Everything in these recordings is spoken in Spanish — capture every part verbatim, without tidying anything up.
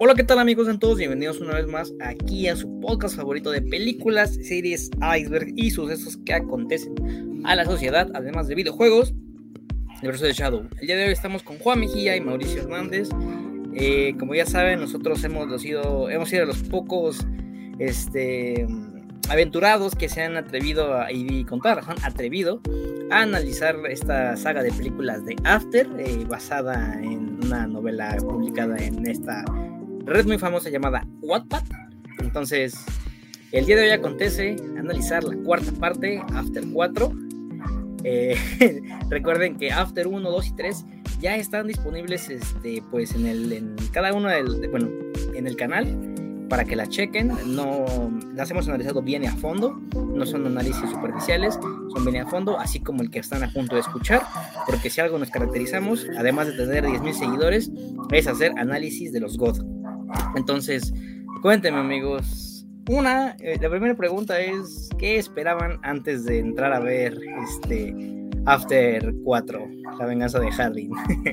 Hola, ¿qué tal amigos? Sean todos bienvenidos una vez más aquí a su podcast favorito de películas, series, iceberg y sucesos que acontecen a la sociedad, además de videojuegos. Yo soy Shadow. El día de hoy estamos con Juan Mejía y Mauricio Hernández. Eh, como ya saben, nosotros hemos sido, hemos sido los pocos este, aventurados que se han atrevido, a, y con toda razón, atrevido a analizar esta saga de películas de After, eh, basada en una novela publicada en esta red muy famosa llamada Wattpad. Entonces, el día de hoy acontece analizar la cuarta parte, After cuatro. Eh, recuerden que After uno, dos y tres ya están disponibles este, pues en, el, en cada uno del, bueno, en el canal para que la chequen. No las hemos analizado bien y a fondo, no son análisis superficiales, son bien y a fondo, así como el que están a punto de escuchar, porque si algo nos caracterizamos, además de tener diez mil seguidores, es hacer análisis de los God. Entonces, cuéntenme amigos. Una, eh, la primera pregunta es, ¿qué esperaban antes de entrar a ver este After cuatro, la venganza de Hardin?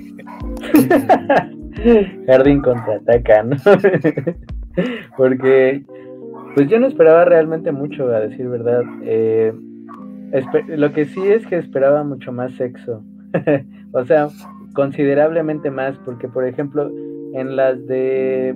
Hardin contraataca, ¿no? Porque pues yo no esperaba realmente mucho, a decir verdad. Eh, esper- lo que sí es que esperaba mucho más sexo. O sea, considerablemente más, porque por ejemplo, en las de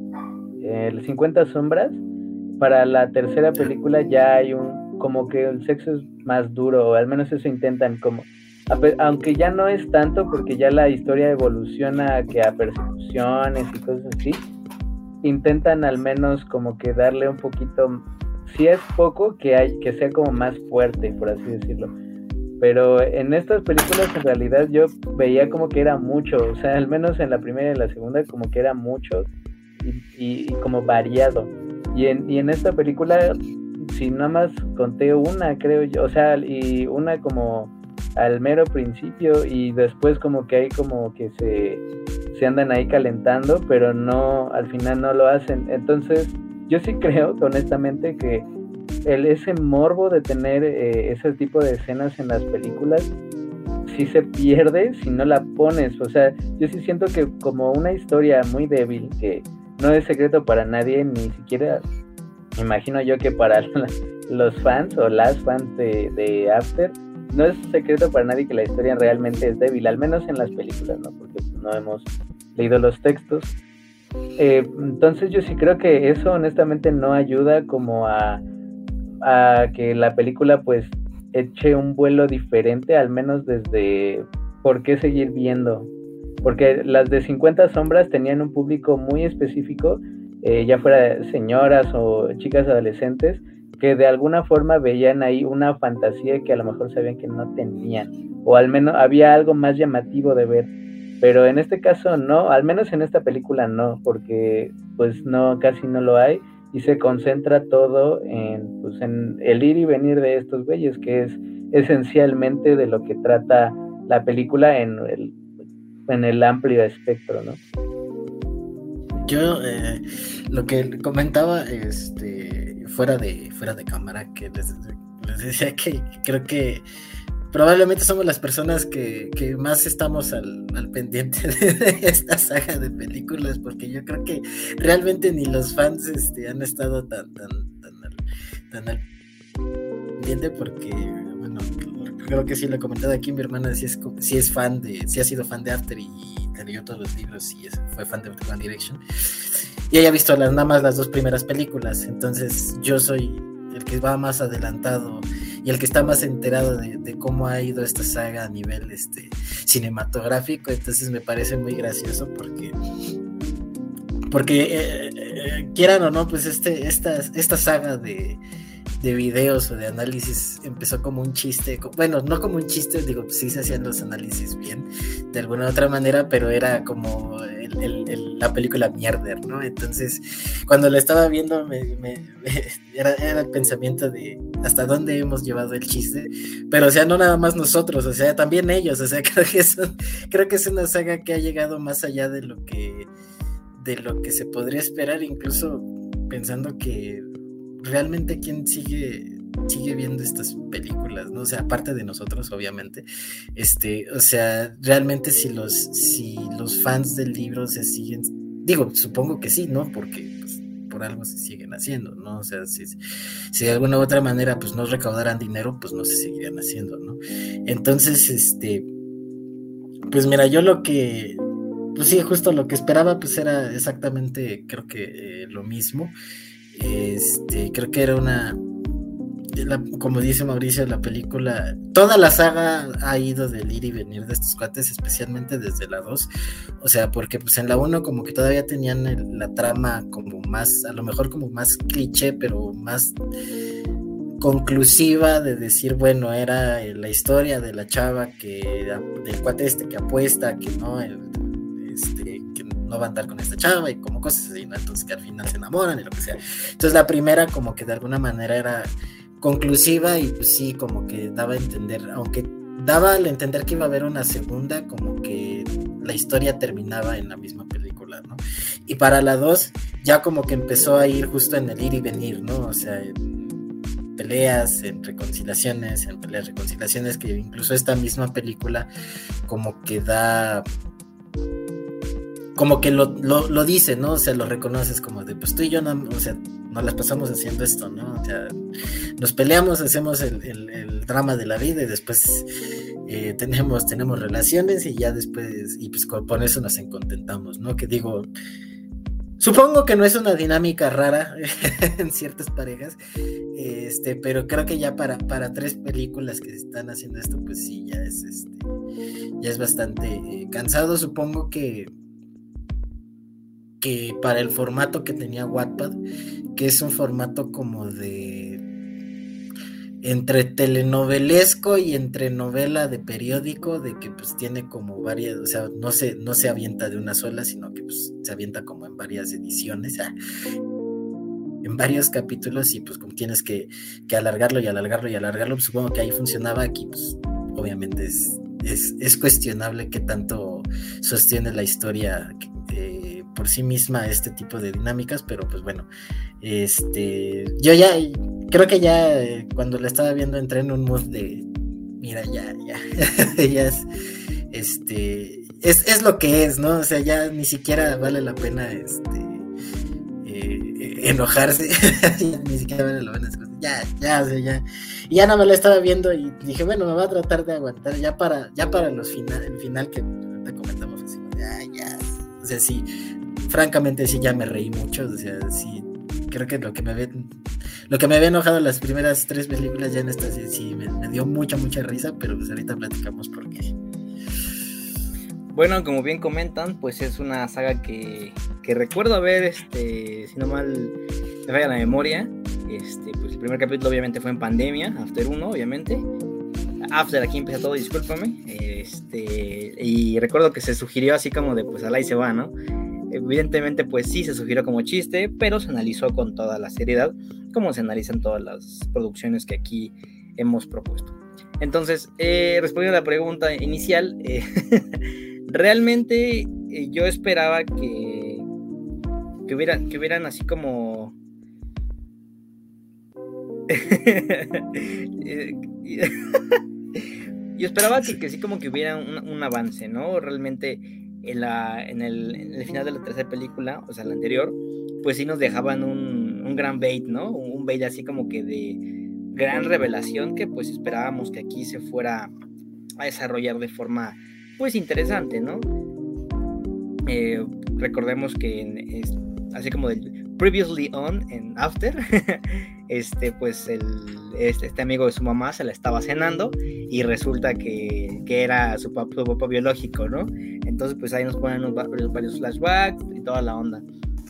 eh, cincuenta sombras, para la tercera película ya hay un, como que el sexo es más duro, o al menos eso intentan, como, aunque ya no es tanto, porque ya la historia evoluciona a que a persecuciones y cosas así, intentan al menos como que darle un poquito, si es poco, que hay, que sea como más fuerte, por así decirlo. Pero en estas películas en realidad yo veía como que era mucho, o sea, al menos en la primera y en la segunda como que era mucho y, y, y como variado. Y en, y en esta película, si nada más conté una, creo yo, o sea, y una como al mero principio, y después como que hay como que se, se andan ahí calentando, pero no, al final no lo hacen. Entonces, yo sí creo, honestamente, que el, ese morbo de tener eh, ese tipo de escenas en las películas, sí se pierde si no la pones. O sea, yo sí siento que como una historia muy débil, que no es secreto para nadie, ni siquiera imagino yo que para los fans o las fans de, de After, no es secreto para nadie que la historia realmente es débil, al menos en las películas, ¿no? Porque no hemos leído los textos. Eh, entonces yo sí creo que eso honestamente no ayuda como a, a que la película pues eche un vuelo diferente, al menos desde por qué seguir viendo. Porque las de cincuenta sombras tenían un público muy específico, eh, ya fuera señoras o chicas adolescentes, que de alguna forma veían ahí una fantasía que a lo mejor sabían que no tenían, o al menos había algo más llamativo de ver. Pero en este caso no, al menos en esta película no, porque pues no, casi no lo hay, y se concentra todo en, pues, en el ir y venir de estos güeyes, que es esencialmente de lo que trata la película en el en el amplio espectro, ¿no? Yo eh, lo que comentaba este fuera de fuera de cámara, que les, les decía que creo que probablemente somos las personas que, que más estamos al, al pendiente de esta saga de películas, porque yo creo que realmente ni los fans este, han estado tan tan tan al, tan al pendiente, porque bueno, creo que sí lo he comentado aquí, mi hermana sí es, sí es fan de, sí ha sido fan de After y, y leyó todos los libros y es, fue fan de One Direction, y ella ha visto las, nada más las dos primeras películas. Entonces yo soy el que va más adelantado y el que está más enterado de, de cómo ha ido esta saga a nivel este, cinematográfico. Entonces me parece muy gracioso porque porque eh, eh, quieran o no, pues este, esta, esta saga de de videos o de análisis empezó como un chiste, bueno, no como un chiste, digo, pues sí se hacían los análisis bien, de alguna u otra manera, pero era como el, el, el, la película Mierder, ¿no? Entonces, cuando la estaba viendo, me, me, me, era, era el pensamiento de hasta dónde hemos llevado el chiste, pero o sea, no nada más nosotros, o sea, también ellos, o sea, creo que es, creo que es una saga que ha llegado más allá de lo que, de lo que se podría esperar, incluso pensando que realmente quién sigue sigue viendo estas películas, ¿no? O sea, aparte de nosotros, obviamente, este, o sea, realmente si los si los fans del libro se siguen Digo, supongo que sí, ¿no? Porque pues, por algo se siguen haciendo, ¿no? O sea, si, si de alguna u otra manera pues no recaudaran dinero, pues no se seguirían haciendo, ¿no? Entonces, este, pues mira, yo lo que, pues sí, justo lo que esperaba pues era exactamente, creo que eh, lo mismo. Este, creo que era una, la, como dice Mauricio, la película, toda la saga ha ido del ir y venir de estos cuates, especialmente desde la dos, o sea, porque pues en la uno como que todavía tenían el, la trama como más, a lo mejor como más cliché, pero más conclusiva de decir, bueno, era la historia de la chava que, del cuate este que apuesta, que no, el, este, que no va a andar con esta chava y como cosas así, ¿no? Entonces que al final se enamoran y lo que sea. Entonces la primera como que de alguna manera era conclusiva y pues sí, como que daba a entender, aunque daba a entender que iba a haber una segunda, como que la historia terminaba en la misma película, ¿no? Y para la dos ya como que empezó a ir justo en el ir y venir, ¿no? O sea, en peleas, en reconciliaciones, en peleas, reconciliaciones, que incluso esta misma película como que da... como que lo, lo, lo dice, ¿no? O sea, lo reconoces como de, pues tú y yo, no, o sea, nos las pasamos haciendo esto, ¿no? O sea, nos peleamos, hacemos el, el, el drama de la vida y después eh, tenemos, tenemos relaciones y ya después, y pues con eso nos encontentamos, ¿no? Que digo, supongo que no es una dinámica rara en ciertas parejas, este, pero creo que ya para, para tres películas que están haciendo esto, pues sí, ya es, este, ya es bastante eh, cansado, supongo que que para el formato que tenía Wattpad, que es un formato como de entre telenovelesco y entre novela de periódico, de que pues tiene como varias, o sea, no se, no se avienta de una sola, sino que pues se avienta como en varias ediciones, ¿eh? En varios capítulos, y pues como tienes que, que alargarlo y alargarlo y alargarlo, pues supongo que ahí funcionaba. Aquí pues obviamente es, es, es cuestionable qué tanto sostiene la historia eh, por sí misma este tipo de dinámicas, pero pues bueno, este, yo ya creo que ya eh, cuando la estaba viendo entré en un mood de mira, ya, ya, ya es, este, es, es lo que es, ¿no? O sea, ya ni siquiera vale la pena, este, eh, enojarse, ni siquiera vale la pena, ya, ya, o sea, ya, y ya nada más la estaba viendo y dije, bueno, me va a tratar de aguantar ya para, ya para los final, el final que te comentamos así, ya, ya, o sea, sí, francamente sí ya me reí mucho, o sea, sí, creo que lo que me había, lo que me había enojado las primeras tres películas, ya en esta sí, sí me, me dio mucha, mucha risa, pero pues ahorita platicamos por qué. Bueno, como bien comentan, pues es una saga que, que recuerdo haber, este, si no mal me falla la memoria, este, pues el primer capítulo obviamente fue en pandemia, After uno, obviamente. After, aquí empieza todo, discúlpame, este, y recuerdo que se sugirió así como de, pues, alá y se va, ¿no? Evidentemente, pues sí, se sugirió como chiste, pero se analizó con toda la seriedad, como se analizan todas las producciones que aquí hemos propuesto. Entonces, eh, respondiendo a la pregunta inicial, eh, realmente eh, yo esperaba que, que, hubieran, que hubieran así como... yo esperaba que, que sí como que hubiera un, un avance, ¿no? Realmente en, la, en, el, en el final de la tercera película, o sea, la anterior, pues sí nos dejaban un, un gran bait, ¿no? Un, un bait así como que de gran revelación que pues esperábamos que aquí se fuera a desarrollar de forma pues interesante, ¿no? Eh, recordemos que en, es, así como del Previously On en After, este pues el, este, este amigo de su mamá se la estaba cenando y resulta que, que era su papá, su papá biológico, ¿no? Entonces pues ahí nos ponen unos, varios flashbacks y toda la onda.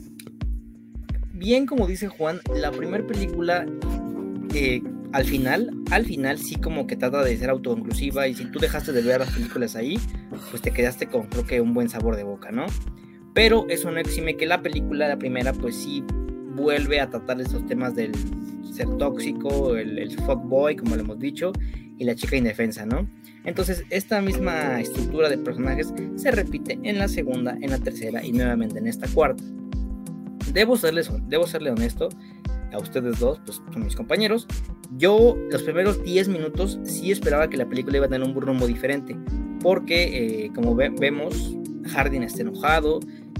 Bien, como dice Juan, la primera película eh, al final, al final sí como que trata de ser autoconclusiva, y si tú dejaste de ver las películas ahí, pues te quedaste con creo que un buen sabor de boca, ¿no? Pero eso no exime que la película, la primera, pues sí vuelve a tratar estos temas del ser tóxico, el, el fuckboy, como lo hemos dicho, y la chica indefensa, ¿no? Entonces esta misma estructura de personajes se repite en la segunda, en la tercera y nuevamente en esta cuarta. Debo serles, debo serle honesto a ustedes dos, pues son mis compañeros. Yo los primeros diez minutos sí esperaba que la película iba a tener un rumbo diferente, porque eh, como ve- vemos, Hardin está enojado,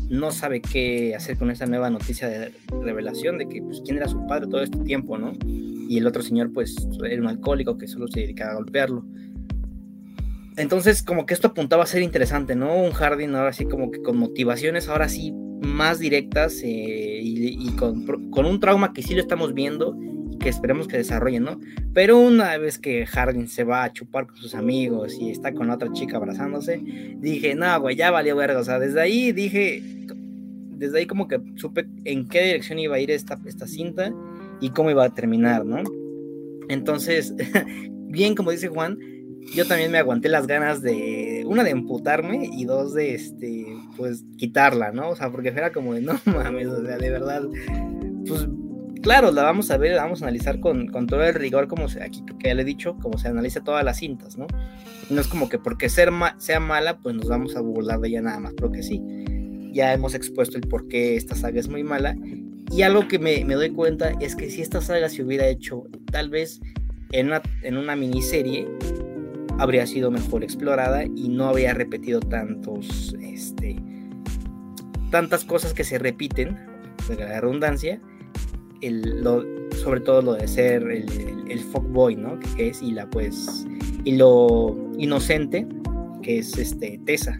no sabe qué hacer con esta nueva noticia de revelación de que pues, quién era su padre todo este tiempo, ¿no? Y el otro señor pues era un alcohólico que solo se dedicaba a golpearlo. Entonces como que esto apuntaba a ser interesante, ¿no? Un Hardin ahora sí como que con motivaciones ahora sí más directas eh, y, y con, con un trauma que sí lo estamos viendo y que esperemos que desarrollen, ¿no? Pero una vez que Hardin se va a chupar con sus amigos y está con la otra chica abrazándose, dije, no, güey, ya valió verga. O sea, desde ahí dije, desde ahí como que supe en qué dirección iba a ir esta, esta cinta y cómo iba a terminar, ¿no? Entonces, bien, como dice Juan, yo también me aguanté las ganas de, una de emputarme y dos de, este, pues, quitarla, ¿no? O sea, porque era como de, no mames, o sea, de verdad, pues, claro, la vamos a ver, la vamos a analizar con, con todo el rigor, como se, aquí que ya le he dicho, como se analiza todas las cintas, ¿no? No es como que porque ser ma- sea mala, pues nos vamos a burlar de ella nada más, porque sí, ya hemos expuesto el por qué esta saga es muy mala, y algo que me, me doy cuenta es que si esta saga se hubiera hecho, tal vez, en una, en una miniserie, habría sido mejor explorada y no habría repetido tantos, este, tantas cosas que se repiten, de la redundancia, el, lo, sobre todo lo de ser el, el, el fuckboy, ¿no? Que es, y la pues, y lo inocente, que es este Tessa.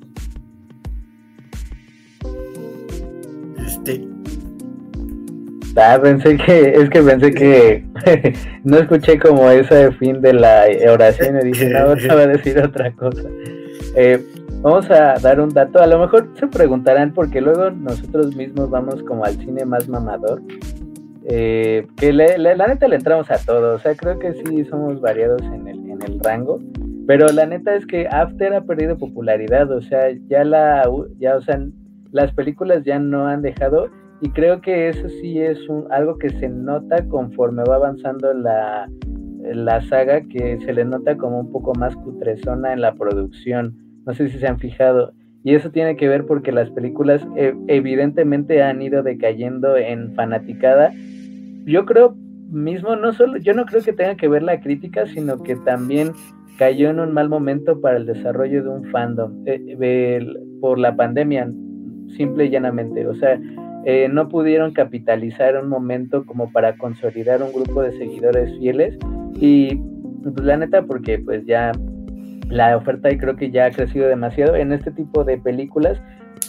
Este. Ah, pensé que, es que pensé que no escuché como ese fin de la oración y dije, no, te va a decir otra cosa. Eh, vamos a dar un dato, a lo mejor se preguntarán porque luego nosotros mismos vamos como al cine más mamador, eh, que le, le, la neta le entramos a todo, o sea, creo que sí somos variados en el, en el rango, pero la neta es que After ha perdido popularidad, o sea, ya la, ya, o sea, las películas ya no han dejado. Y creo que eso sí es un, algo que se nota conforme va avanzando la, la saga, que se le nota como un poco más cutrezona en la producción. No sé si se han fijado. Y eso tiene que ver porque las películas eh, evidentemente han ido decayendo en fanaticada. Yo creo mismo, no solo, yo no creo que tenga que ver la crítica, sino que también cayó en un mal momento para el desarrollo de un fandom eh, eh, por la pandemia, simple y llanamente. O sea, Eh, no pudieron capitalizar un momento como para consolidar un grupo de seguidores fieles y pues la neta porque pues ya la oferta y creo que ya ha crecido demasiado en este tipo de películas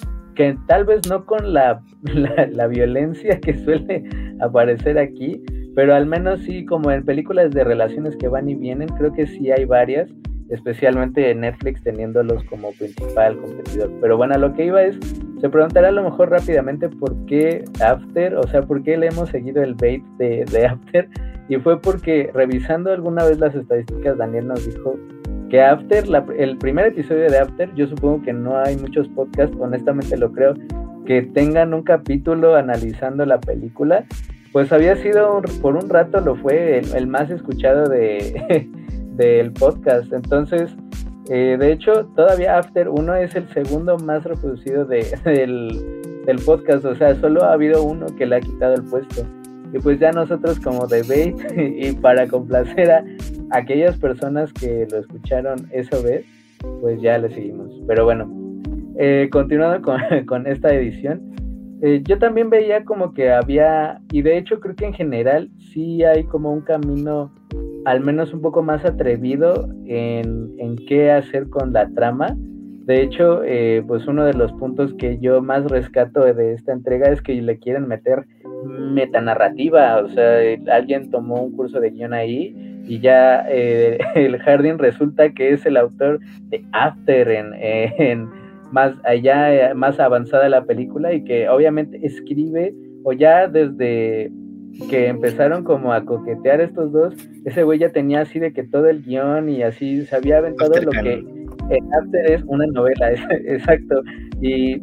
que tal vez no con la, la, la violencia que suele aparecer aquí, pero al menos sí como en películas de relaciones que van y vienen, creo que sí hay varias, especialmente en Netflix teniéndolos como principal competidor. Pero bueno, a lo que iba es, se preguntará a lo mejor rápidamente por qué After, o sea, por qué le hemos seguido el bait de, de After, y fue porque revisando alguna vez las estadísticas, Daniel nos dijo que After, la, el primer episodio de After, yo supongo que no hay muchos podcasts, honestamente lo creo, que tengan un capítulo analizando la película, pues había sido, por un rato lo fue, el, el más escuchado de del podcast. Entonces, eh, de hecho, todavía After uno es el segundo más reproducido de, del, del podcast, o sea, solo ha habido uno que le ha quitado el puesto. Y pues ya nosotros como debate y para complacer a aquellas personas que lo escucharon esa vez, pues ya le seguimos. Pero bueno, eh, continuando con, con esta edición, eh, yo también veía como que había, y de hecho creo que en general sí hay como un camino al menos un poco más atrevido en, en qué hacer con la trama. De hecho, eh, pues uno de los puntos que yo más rescato de esta entrega es que le quieren meter metanarrativa, o sea, alguien tomó un curso de guión ahí y ya eh, el Hardin resulta que es el autor de After en, eh, en más allá, más avanzada la película, y que obviamente escribe, o ya desde que empezaron como a coquetear estos dos, ese güey ya tenía así de que todo el guión y así se había aventado lo que en After es una novela, exacto, y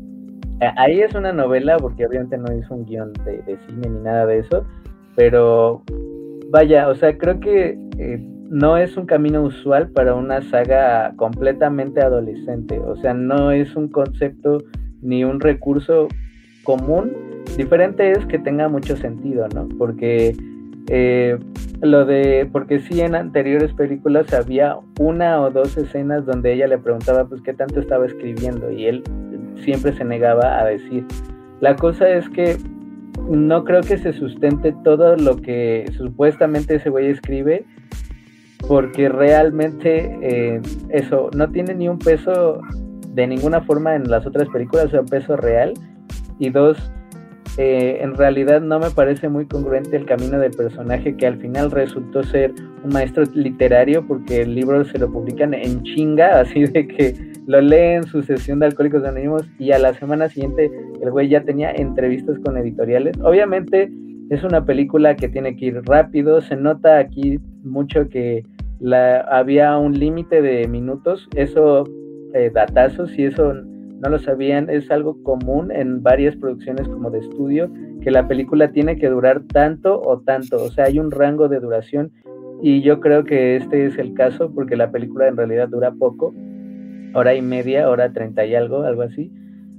ahí es una novela porque obviamente no hizo un guión de, de cine ni nada de eso, pero vaya, o sea, creo que eh, no es un camino usual para una saga completamente adolescente, o sea, no es un concepto ni un recurso común. Diferente es que tenga mucho sentido, ¿no? Porque eh, lo de, porque sí en anteriores películas había una o dos escenas donde ella le preguntaba pues qué tanto estaba escribiendo y él siempre se negaba a decir. La cosa es que no creo que se sustente todo lo que supuestamente ese güey escribe, porque realmente eh, eso no tiene ni un peso de ninguna forma en las otras películas, o sea, un peso real. Y dos, eh, en realidad no me parece muy congruente el camino del personaje, que al final resultó ser un maestro literario, porque el libro se lo publican en chinga, así de que lo lee en su sesión de Alcohólicos Anónimos y a la semana siguiente el güey ya tenía entrevistas con editoriales. Obviamente es una película que tiene que ir rápido, se nota aquí mucho que la, había un límite de minutos, eso, eh, datazos, y eso no lo sabían, es algo común en varias producciones como de estudio, que la película tiene que durar tanto o tanto, o sea, hay un rango de duración, y yo creo que este es el caso, porque la película en realidad dura poco, hora y media, hora treinta y algo, algo así.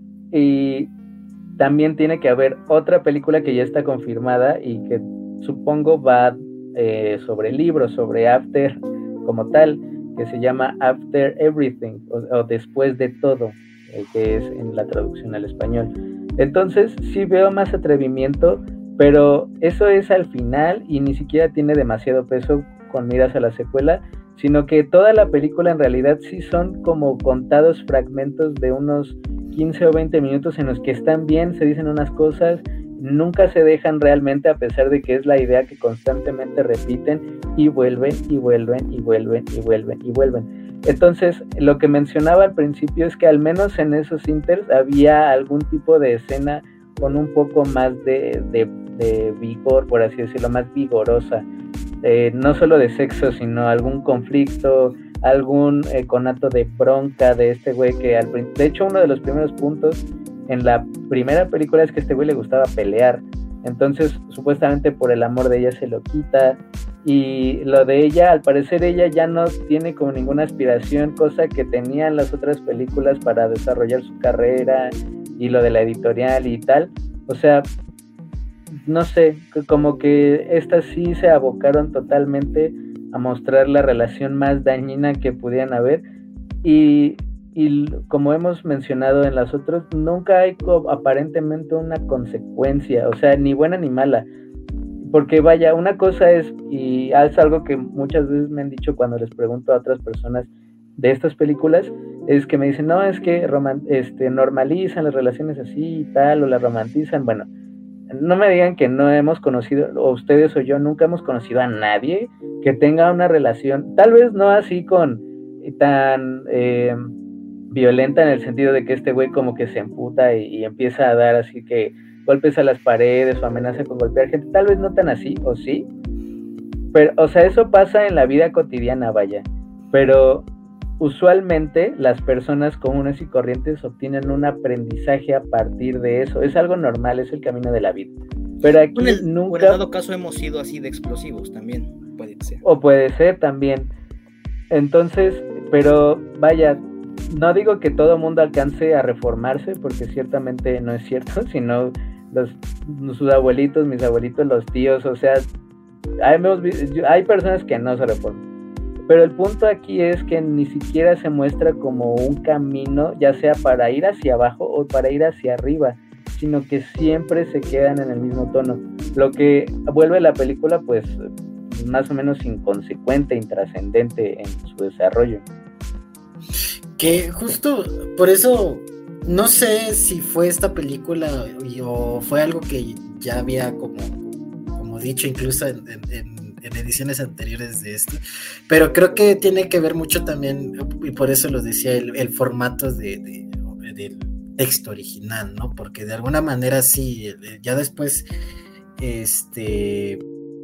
Y también tiene que haber otra película que ya está confirmada y que supongo va eh, sobre el libro, sobre After como tal, que se llama After Everything, o, o Después de Todo, eh, que es en la traducción al español. Entonces sí veo más atrevimiento, pero eso es al final y ni siquiera tiene demasiado peso con miras a la secuela, sino que toda la película en realidad sí son como contados fragmentos de unos quince o veinte minutos en los que están bien, se dicen unas cosas, nunca se dejan realmente, a pesar de que es la idea que constantemente repiten y vuelven y vuelven y vuelven y vuelven y vuelven. Entonces, lo que mencionaba al principio es que al menos en esos inters había algún tipo de escena con un poco más de, de, de vigor, por así decirlo, más vigorosa. Eh, no solo de sexo, sino algún conflicto, algún eh, conato de bronca de este güey que al prin- de hecho uno de los primeros puntos en la primera película es que a este güey le gustaba pelear, entonces supuestamente por el amor de ella se lo quita, y lo de ella, al parecer ella ya no tiene como ninguna aspiración, cosa que tenían las otras películas para desarrollar su carrera, y lo de la editorial y tal, o sea, no sé, como que estas sí se abocaron totalmente a mostrar la relación más dañina que pudieran haber, y, y como hemos mencionado en las otras, nunca hay co- aparentemente una consecuencia, o sea, ni buena ni mala, porque vaya, una cosa es, y es algo que muchas veces me han dicho cuando les pregunto a otras personas de estas películas, es que me dicen, no, es que roman- este, normalizan las relaciones así y tal, o las romantizan. Bueno, no me digan que no hemos conocido, o ustedes o yo nunca hemos conocido a nadie que tenga una relación, tal vez no así con tan eh, violenta, en el sentido de que este güey como que se emputa y, y empieza a dar así que golpes a las paredes o amenaza con golpear gente, tal vez no tan así, o sí, pero, o sea, eso pasa en la vida cotidiana, vaya, pero usualmente las personas comunes y corrientes obtienen un aprendizaje a partir de eso, es algo normal, es el camino de la vida, pero aquí en el, nunca... Por el dado caso hemos sido así de explosivos también, puede ser. O puede ser también, entonces, pero vaya, no digo que todo mundo alcance a reformarse, porque ciertamente no es cierto, sino los, sus abuelitos, mis abuelitos, los tíos, o sea, hay, hay personas que no se reforman. Pero el punto aquí es que ni siquiera se muestra como un camino, ya sea para ir hacia abajo o para ir hacia arriba, sino que siempre se quedan en el mismo tono, lo que vuelve la película pues más o menos inconsecuente, intrascendente en su desarrollo. Que justo por eso no sé si fue esta película o fue algo que ya había como, como dicho incluso en, en, en ediciones anteriores de esto, pero creo que tiene que ver mucho también, y por eso lo decía, el, el formato de, de, de, del texto original, ¿no? Porque de alguna manera sí, ya después este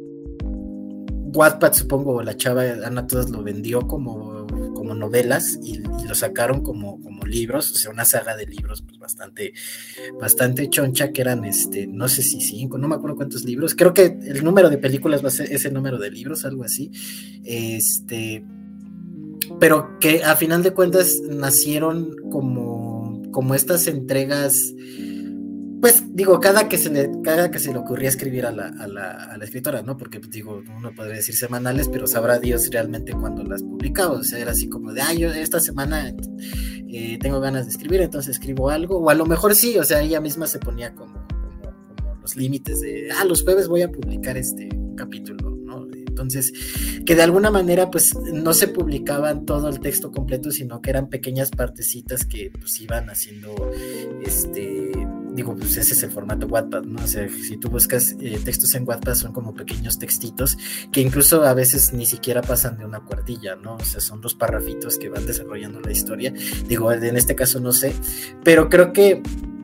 Wattpad, supongo, la chava Ana Todas lo vendió como, como novelas y, y lo sacaron como, como libros, o sea, una saga de libros pues bastante, bastante choncha, que eran, este, no sé si cinco, no me acuerdo cuántos libros, creo que el número de películas va a ser ese número de libros, algo así, este, pero que a final de cuentas nacieron como, como estas entregas pues digo, cada que se le, cada que se le ocurría escribir a la, a la, a la escritora, ¿no? Porque digo, uno podría decir semanales, pero sabrá Dios realmente cuándo las publicaba. O sea, era así como de, ah, yo esta semana eh, tengo ganas de escribir, entonces escribo algo, o a lo mejor sí, o sea, ella misma se ponía como, como, como los límites de, ah, los jueves voy a publicar este un capítulo, ¿no? Entonces, que de alguna manera, pues, no se publicaban todo el texto completo, sino que eran pequeñas partecitas que, pues, iban haciendo, este, digo, pues ese es el formato Wattpad, ¿no? O sea, si tú buscas eh, textos en Wattpad, son como pequeños textitos que incluso a veces ni siquiera pasan de una cuartilla, ¿no? O sea, son los parrafitos que van desarrollando la historia. Digo, en este caso no sé, pero creo que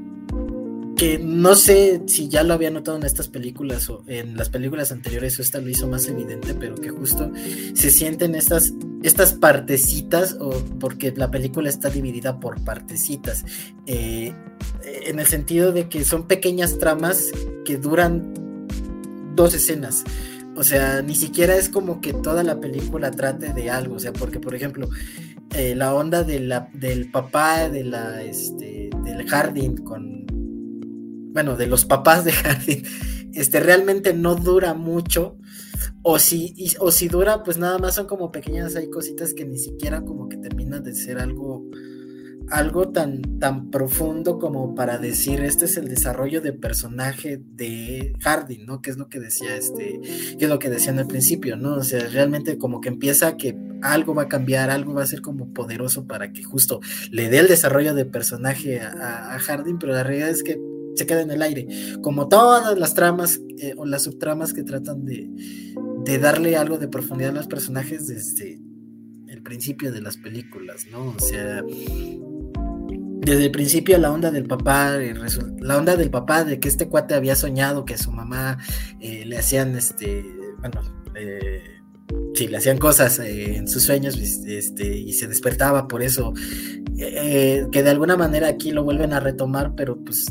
que no sé si ya lo había notado en estas películas o en las películas anteriores o esta lo hizo más evidente, pero que justo se sienten estas, estas partecitas, o porque la película está dividida por partecitas, eh, en el sentido de que son pequeñas tramas que duran dos escenas. O sea, ni siquiera es como que toda la película trate de algo, o sea, porque por ejemplo eh, la onda de la, del papá de la, este, del Hardin con bueno, de los papás de Hardin, este, realmente no dura mucho, o si, y, o si dura, pues nada más son como pequeñas, hay cositas que ni siquiera como que terminan de ser algo, algo tan, tan profundo como para decir, este es el desarrollo de personaje de Hardin, ¿no? Que es lo que decía, este, que es lo que decían al principio, ¿no? O sea, realmente como que empieza que algo va a cambiar, algo va a ser como poderoso para que justo le dé el desarrollo de personaje a, a Hardin, pero la realidad es que se queda en el aire, como todas las tramas eh, o las subtramas que tratan de, de darle algo de profundidad a los personajes desde el principio de las películas, ¿no? O sea, desde el principio la onda del papá, la onda del papá de que este cuate había soñado que a su mamá eh, le hacían, este, bueno, eh, sí, le hacían cosas eh, en sus sueños, este, y se despertaba por eso, eh, que de alguna manera aquí lo vuelven a retomar, pero pues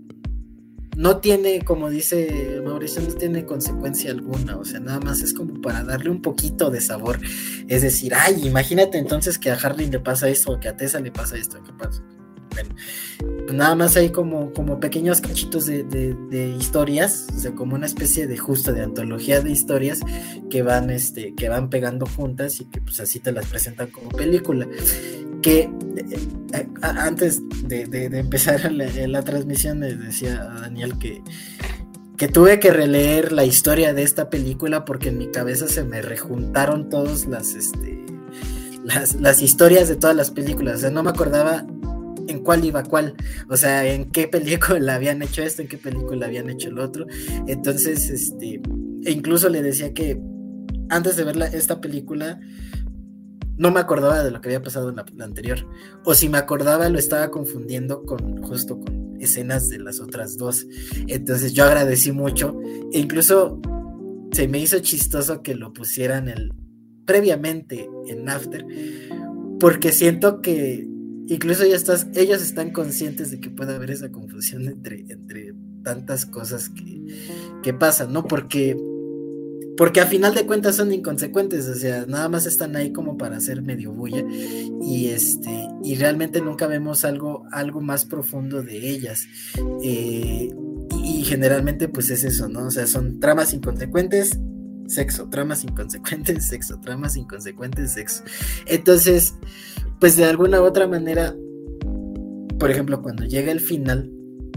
no tiene, como dice Mauricio, no tiene consecuencia alguna, o sea, nada más es como para darle un poquito de sabor, es decir, ay, imagínate entonces que a Hardin le pasa esto, o que a Tessa le pasa esto, ¿qué pasa? Bueno, pues nada más hay como, como pequeños cachitos de, de, de historias, o sea, como una especie de justo de antología de historias que van, este, que van pegando juntas y que pues así te las presentan como película. Que eh, antes de, de, de empezar la, la transmisión les decía a Daniel que, que tuve que releer la historia de esta película porque en mi cabeza se me rejuntaron todas las, este, las, las historias de todas las películas, o sea, no me acordaba en cuál iba cuál, o sea, en qué película habían hecho esto, en qué película habían hecho el otro, entonces, este, e incluso le decía que antes de ver la, esta película no me acordaba de lo que había pasado en la, la anterior, o si me acordaba lo estaba confundiendo con justo con escenas de las otras dos, entonces yo agradecí mucho, e incluso se me hizo chistoso que lo pusieran el, previamente en After, porque siento que incluso ya estás, ellos están conscientes de que puede haber esa confusión entre, entre tantas cosas que, que pasan, ¿no? Porque Porque a final de cuentas son inconsecuentes, o sea, nada más están ahí como para hacer medio bulla y este y realmente nunca vemos algo, algo más profundo de ellas. Eh, y, y generalmente pues es eso, ¿no? O sea, son tramas inconsecuentes, sexo, tramas inconsecuentes, sexo, tramas inconsecuentes, sexo. Entonces, pues de alguna u otra manera, por ejemplo, cuando llega el final,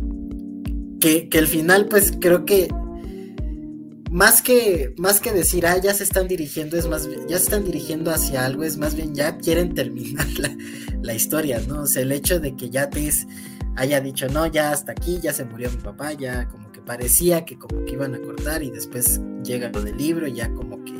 que, que el final pues creo que Más que, más que decir, ah, ya se están dirigiendo, es más bien, ya se están dirigiendo hacia algo, es más bien ya quieren terminar la, la historia, ¿no? O sea, el hecho de que ya Tess haya dicho, no, ya hasta aquí, ya se murió mi papá, ya como que parecía que como que iban a cortar y después llega lo del libro, ya como que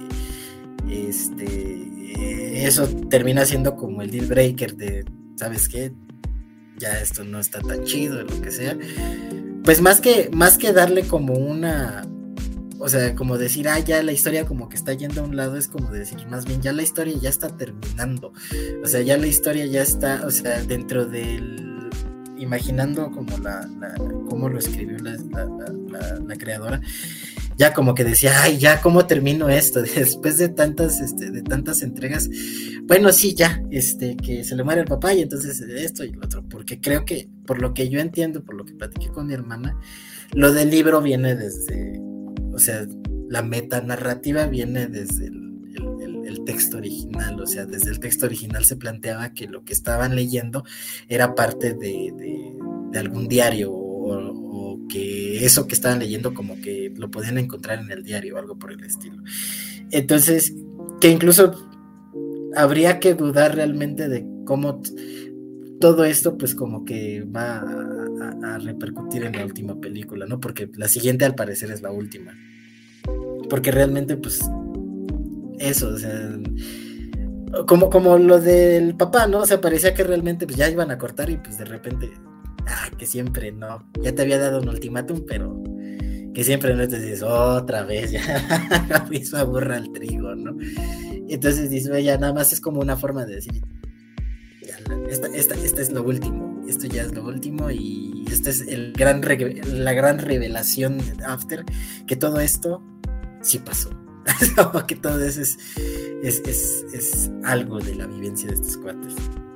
este, eso termina siendo como el deal breaker de, ¿sabes qué? Ya esto no está tan chido, lo que sea. Pues más que, más que darle como una... O sea, como decir, ah, ya la historia como que está yendo a un lado, es como decir, más bien ya la historia ya está terminando. O sea, ya la historia ya está, o sea, dentro del... Imaginando como la... la cómo lo escribió la, la, la, la, la creadora, ya como que decía, ay, ya, ¿cómo termino esto? Después de tantas, este, de tantas entregas, bueno, sí, ya, este, que se le muere el papá y entonces esto y lo otro, porque creo que, por lo que yo entiendo, por lo que platiqué con mi hermana, lo del libro viene desde, o sea, la metanarrativa viene desde el, el, el, el texto original, o sea, desde el texto original se planteaba que lo que estaban leyendo era parte de, de, de algún diario, o, o que eso que estaban leyendo como que lo podían encontrar en el diario o algo por el estilo. Entonces, que incluso habría que dudar realmente de cómo t- todo esto pues como que va a, a, a repercutir en la última película, ¿no? Porque la siguiente al parecer es la última. Porque realmente pues eso, o sea, como, como lo del papá, ¿no? O sea, parecía que realmente pues ya iban a cortar y pues de repente, ah, que siempre no, ya te había dado un ultimátum, pero que siempre no te dices otra vez, ya la misma burra al trigo, ¿no? Entonces dices, ya nada más es como una forma de decir, ya, esta, esta, esta es lo último, esto ya es lo último y esta es el gran re- la gran revelación de After, que todo esto sí pasó. Que todo eso es, es, es, es algo de la vivencia de estos cuates.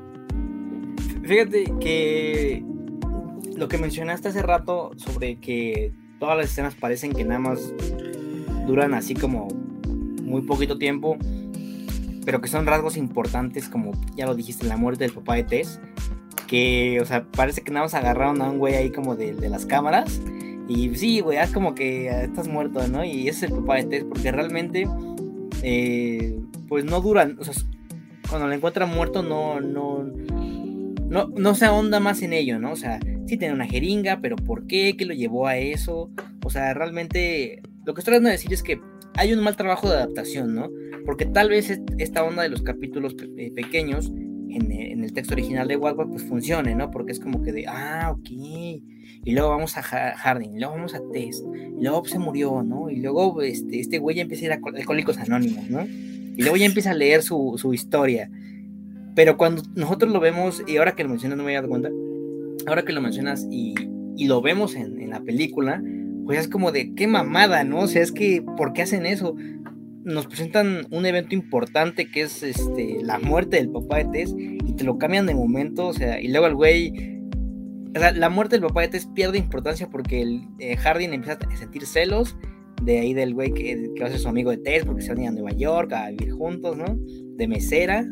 Fíjate que lo que mencionaste hace rato sobre que todas las escenas parecen que nada más duran así como muy poquito tiempo, pero que son rasgos importantes, como ya lo dijiste, la muerte del papá de Tess, que, o sea, parece que nada más agarraron a un güey ahí como de, de las cámaras, y sí, güey, es como que estás muerto, ¿no? Y ese es el papá de Tess, porque realmente, eh, pues no duran, o sea, cuando lo encuentran muerto no, no, no, no se ahonda más en ello, ¿no? O sea, sí tiene una jeringa, pero ¿por qué? ¿Qué lo llevó a eso? O sea, realmente, lo que estoy tratando de decir es que hay un mal trabajo de adaptación, ¿no? Porque tal vez esta onda de los capítulos pe- pequeños en, en el texto original de Wattpad pues funcione, ¿no? Porque es como que de, ah, ok, y luego vamos a Harding, y luego vamos a Tess, y luego pues, se murió, ¿no? Y luego este, este güey ya empieza a ir a Alcohólicos Anónimos, ¿no? Y luego ya empieza a leer su, su historia. Pero cuando nosotros lo vemos, y ahora que lo mencionas no me había dado cuenta, ahora que lo mencionas y, y lo vemos en, en la película, pues es como de, qué mamada, ¿no? O sea, es que, ¿por qué hacen eso? Nos presentan un evento importante que es este, la muerte del papá de Tess y te lo cambian de momento, o sea, y luego el güey, o sea, la muerte del papá de Tess pierde importancia porque el eh, Harding empieza a sentir celos de ahí del güey que, que va a ser su amigo de Tess porque se van a ir a Nueva York a vivir juntos, ¿no? De mesera.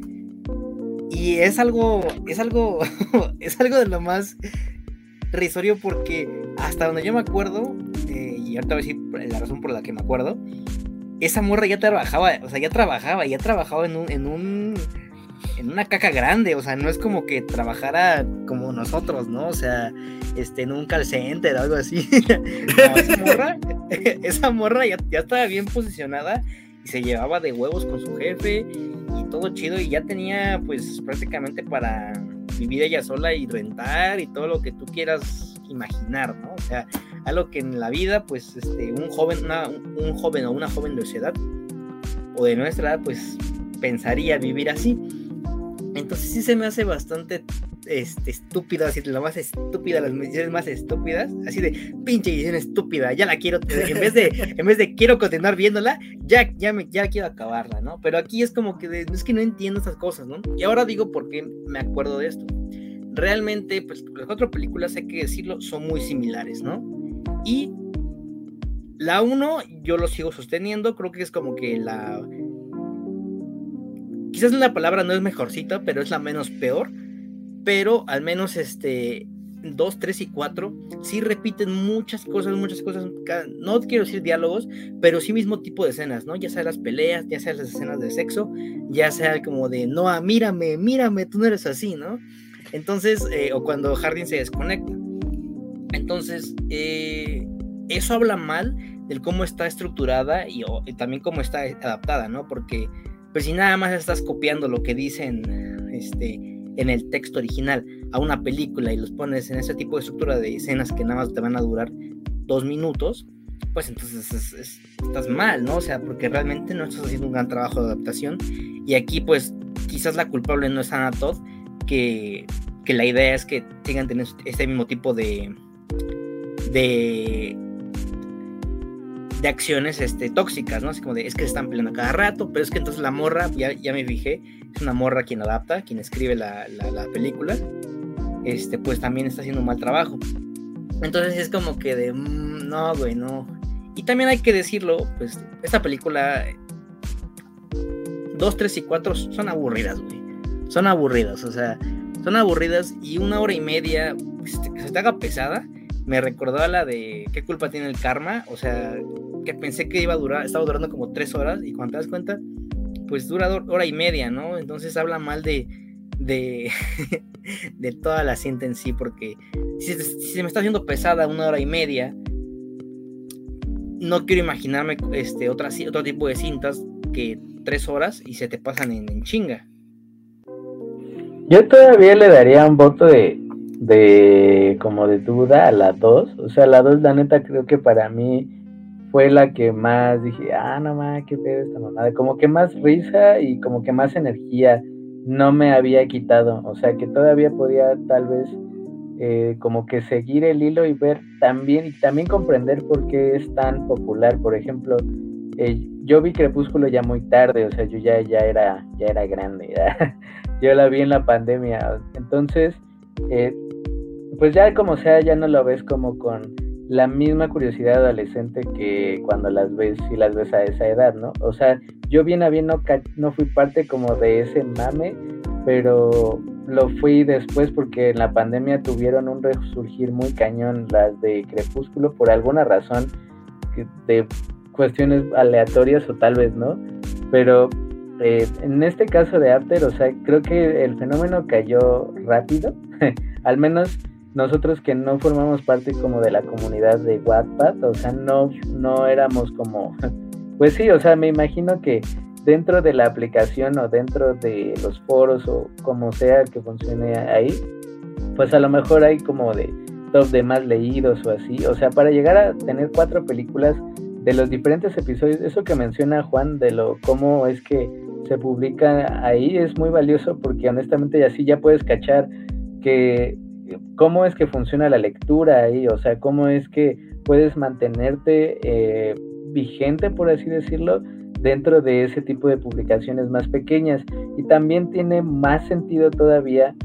Y es algo, es algo, es algo de lo más risorio porque hasta donde yo me acuerdo, eh, y ahorita voy a decir la razón por la que me acuerdo, esa morra ya trabajaba, o sea, ya trabajaba, ya trabajaba en un, en un, en una caca grande, o sea, no es como que trabajara como nosotros, ¿no? O sea, este, en un call center o algo así. No, esa morra, esa morra ya, ya estaba bien posicionada y se llevaba de huevos con su jefe y todo chido y ya tenía, pues, prácticamente para vivir ella sola y rentar y todo lo que tú quieras imaginar, ¿no? O sea, algo que en la vida, pues, este, un joven, una, un joven o una joven de su edad o de nuestra edad, pues, pensaría vivir así. Entonces sí se me hace bastante este, estúpido, así la más estúpida, las mediciones más estúpidas, así de pinche edición estúpida, ya la quiero, en vez de, en vez de quiero continuar viéndola, ya, ya, me, ya quiero acabarla, ¿no? Pero aquí es como que de, es que no entiendo estas cosas, ¿no? Y ahora digo por qué me acuerdo de esto. Realmente, pues las cuatro películas, hay que decirlo, son muy similares, ¿no? Y la uno, yo lo sigo sosteniendo, creo que es como que la... Quizás la palabra no es mejorcita, pero es la menos peor. Pero al menos este dos, tres y cuatro sí repiten muchas cosas, muchas cosas. No quiero decir diálogos, pero sí mismo tipo de escenas, ¿no? Ya sea las peleas, ya sea las escenas de sexo, ya sea como de Noah, mírame, mírame, tú no eres así, ¿no? Entonces, eh, o cuando Harding se desconecta. Entonces, eh, eso habla mal del cómo está estructurada y, o, y también cómo está adaptada, ¿no? Porque pues si nada más estás copiando lo que dicen este, en el texto original a una película y los pones en ese tipo de estructura de escenas que nada más te van a durar dos minutos, pues entonces es, es, estás mal, ¿no? O sea, porque realmente no estás haciendo un gran trabajo de adaptación y aquí pues quizás la culpable no es Anna Todd, que, que la idea es que sigan teniendo este mismo tipo de de de acciones este, tóxicas, ¿no? Así como de, es que se están peleando cada rato, pero es que entonces la morra, ya, ya me fijé, es una morra quien adapta, quien escribe la, la, la película, este, pues también está haciendo un mal trabajo. Entonces es como que de, mmm, no, güey, no. Y también hay que decirlo, pues, esta película, dos, tres y cuatro son aburridas, güey. Son aburridas, o sea, son aburridas y una hora y media, pues, que se te haga pesada, me recordó a la de ¿Qué culpa tiene el karma? O sea, que pensé que iba a durar, estaba durando como tres horas y cuando te das cuenta, pues dura hora y media, ¿no? Entonces habla mal de de, de toda la cinta en sí, porque si se, si se me está haciendo pesada una hora y media, no quiero imaginarme este, otra, otro tipo de cintas que tres horas y se te pasan en, en chinga. Yo todavía le daría un voto de, de como de duda a la dos, o sea, la dos la neta creo que para mí fue la que más dije, ah, no más, qué pedo esta mamada, como que más risa y como que más energía no me había quitado, o sea que todavía podía tal vez eh, como que seguir el hilo y ver también, y también comprender por qué es tan popular. Por ejemplo, eh, yo vi Crepúsculo ya muy tarde, o sea yo ya, ya, era, ya era grande, ¿ya? Yo la vi en la pandemia, entonces eh, pues ya como sea ya no lo ves como con la misma curiosidad adolescente que cuando las ves, si las ves a esa edad, ¿no? O sea, yo bien a bien no, no fui parte como de ese mame, pero lo fui después porque en la pandemia tuvieron un resurgir muy cañón las de Crepúsculo por alguna razón, de cuestiones aleatorias o tal vez no, pero eh, en este caso de After, o sea, creo que el fenómeno cayó rápido, al menos nosotros que no formamos parte como de la comunidad de Wattpad, o sea, no, no éramos como, pues sí, o sea, me imagino que dentro de la aplicación o dentro de los foros o como sea que funcione ahí, pues a lo mejor hay como de top de más leídos o así, o sea, para llegar a tener cuatro películas de los diferentes episodios, eso que menciona Juan de lo cómo es que se publica ahí es muy valioso porque honestamente así ya puedes cachar que cómo es que funciona la lectura ahí, o sea, cómo es que puedes mantenerte eh, vigente, por así decirlo, dentro de ese tipo de publicaciones más pequeñas. Y también tiene más sentido todavía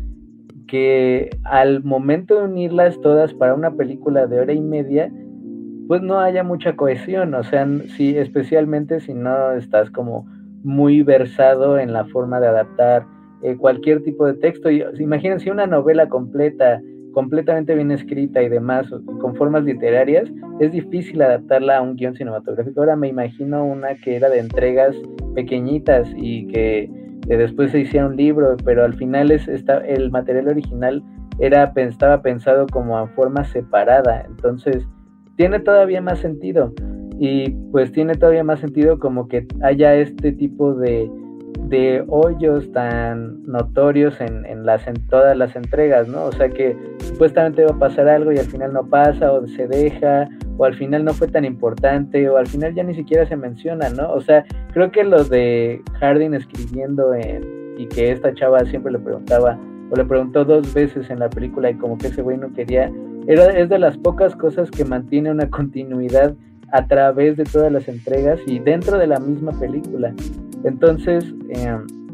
que al momento de unirlas todas para una película de hora y media, pues no haya mucha cohesión, o sea, sí, especialmente si no estás como muy versado en la forma de adaptar Eh, cualquier tipo de texto. Y, imagínense una novela completa, completamente bien escrita y demás, con formas literarias, es difícil adaptarla a un guión cinematográfico. Ahora me imagino una que era de entregas pequeñitas y que eh, después se hiciera un libro, pero al final es, está, el material original era, estaba pensado como a forma separada, entonces tiene todavía más sentido, y pues tiene todavía más sentido como que haya este tipo de de hoyos tan notorios en, en, las, en todas las entregas, ¿no? O sea que supuestamente va a pasar algo y al final no pasa, o se deja, o al final no fue tan importante, o al final ya ni siquiera se menciona, ¿no? O sea, creo que lo de Hardin escribiendo en, y que esta chava siempre le preguntaba, o le preguntó dos veces en la película y como que ese güey no quería, era, es de las pocas cosas que mantiene una continuidad a través de todas las entregas y dentro de la misma película. Entonces, eh,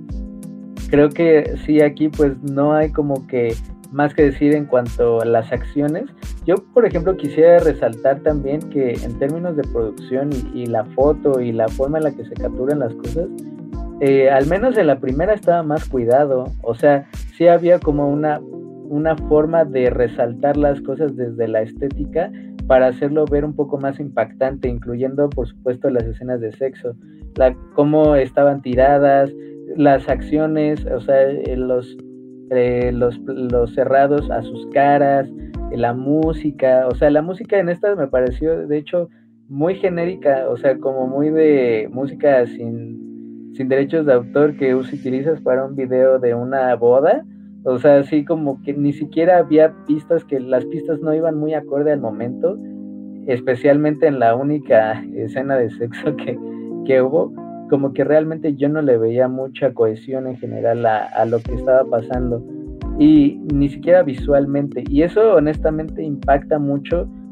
creo que sí, aquí pues no hay como que más que decir en cuanto a las acciones. Yo, por ejemplo, quisiera resaltar también que en términos de producción y, y la foto y la forma en la que se capturan las cosas, eh, al menos en la primera estaba más cuidado, o sea, sí había como una, una forma de resaltar las cosas desde la estética para hacerlo ver un poco más impactante, incluyendo, por supuesto, las escenas de sexo. La, cómo estaban tiradas, las acciones, o sea, los, eh, los, los cerrados a sus caras, la música, o sea, la música en esta me pareció, de hecho, muy genérica, o sea, como muy de música sin, sin derechos de autor que utilizas para un video de una boda, o sea, así como que ni siquiera había pistas, que las pistas no iban muy acorde al momento, especialmente en la única escena de sexo que que hubo, como que realmente yo no le veía mucha cohesión en general a, a lo que estaba pasando, y ni siquiera visualmente, y eso honestamente impacta mucho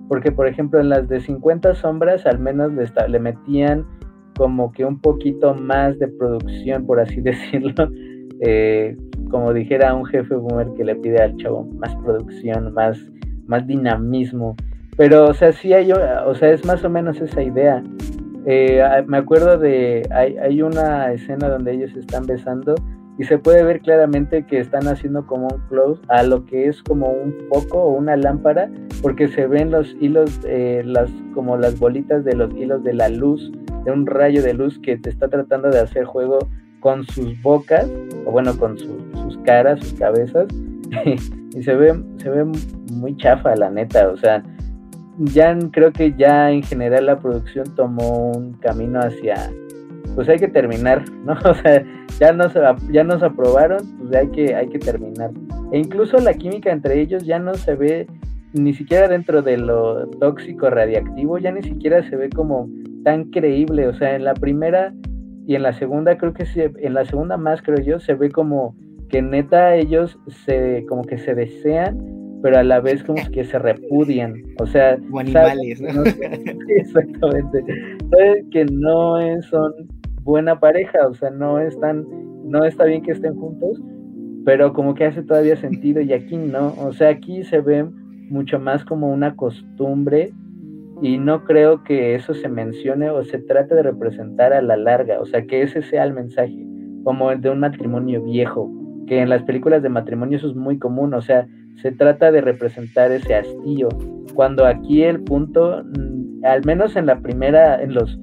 porque por ejemplo en las de cincuenta sombras al menos le, está, le metían como que un poquito más de producción, por así decirlo, eh, como dijera un jefe boomer que le pide al chavo más producción, más, más dinamismo, pero o sea, sí hay, o sea, es más o menos esa idea. Eh, me acuerdo de, hay, hay una escena donde ellos están besando y se puede ver claramente que están haciendo como un close a lo que es como un foco o una lámpara, porque se ven los hilos, eh, las, como las bolitas de los hilos de la luz, de un rayo de luz que te está tratando de hacer juego con sus bocas, o bueno, con su, sus caras, sus cabezas, y se ve, se ve muy chafa, la neta, o sea, ya creo que ya en general la producción tomó un camino hacia, pues hay que terminar, ¿no? O sea, ya nos, ya nos aprobaron, pues hay que, hay que terminar. E incluso la química entre ellos ya no se ve ni siquiera dentro de lo tóxico radiactivo, ya ni siquiera se ve como tan creíble. O sea, en la primera y en la segunda, creo que sí, en la segunda más creo yo, se ve como que neta ellos se, como que se desean, pero a la vez como que se repudian, o sea, como animales, ¿no? ¿no? Sí, exactamente, sabes que no es, son buena pareja, o sea, no están, no está bien que estén juntos, pero como que hace todavía sentido, y aquí no, o sea, aquí se ve mucho más como una costumbre, y no creo que eso se mencione o se trate de representar a la larga, o sea, que ese sea el mensaje, como el de un matrimonio viejo, que en las películas de matrimonio eso es muy común, o sea, se trata de representar ese hastío, cuando aquí el punto, al menos en la primera, en los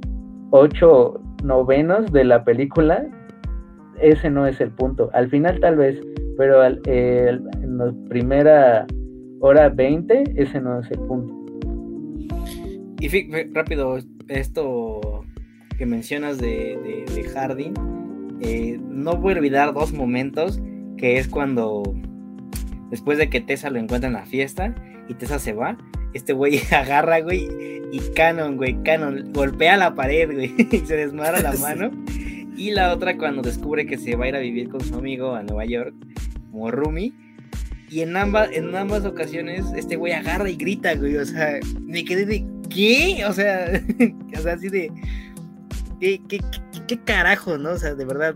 ocho novenos de la película, ese no es el punto, al final tal vez, pero al, eh, en la primera hora veinte, ese no es el punto. Y fíjate, rápido, esto que mencionas de, de, de Hardin, eh, no voy a olvidar dos momentos, que es cuando después de que Tessa lo encuentra en la fiesta y Tessa se va, este güey agarra, güey, y Canon, güey, Canon golpea la pared, güey, y se desmadra la mano. Y la otra cuando descubre que se va a ir a vivir con su amigo a Nueva York, como roomie, y en ambas, en ambas ocasiones este güey agarra y grita, güey, o sea, me quedé de, ¿qué? O sea, o sea, así de, ¿qué, qué, qué, qué carajo, no? O sea, de verdad.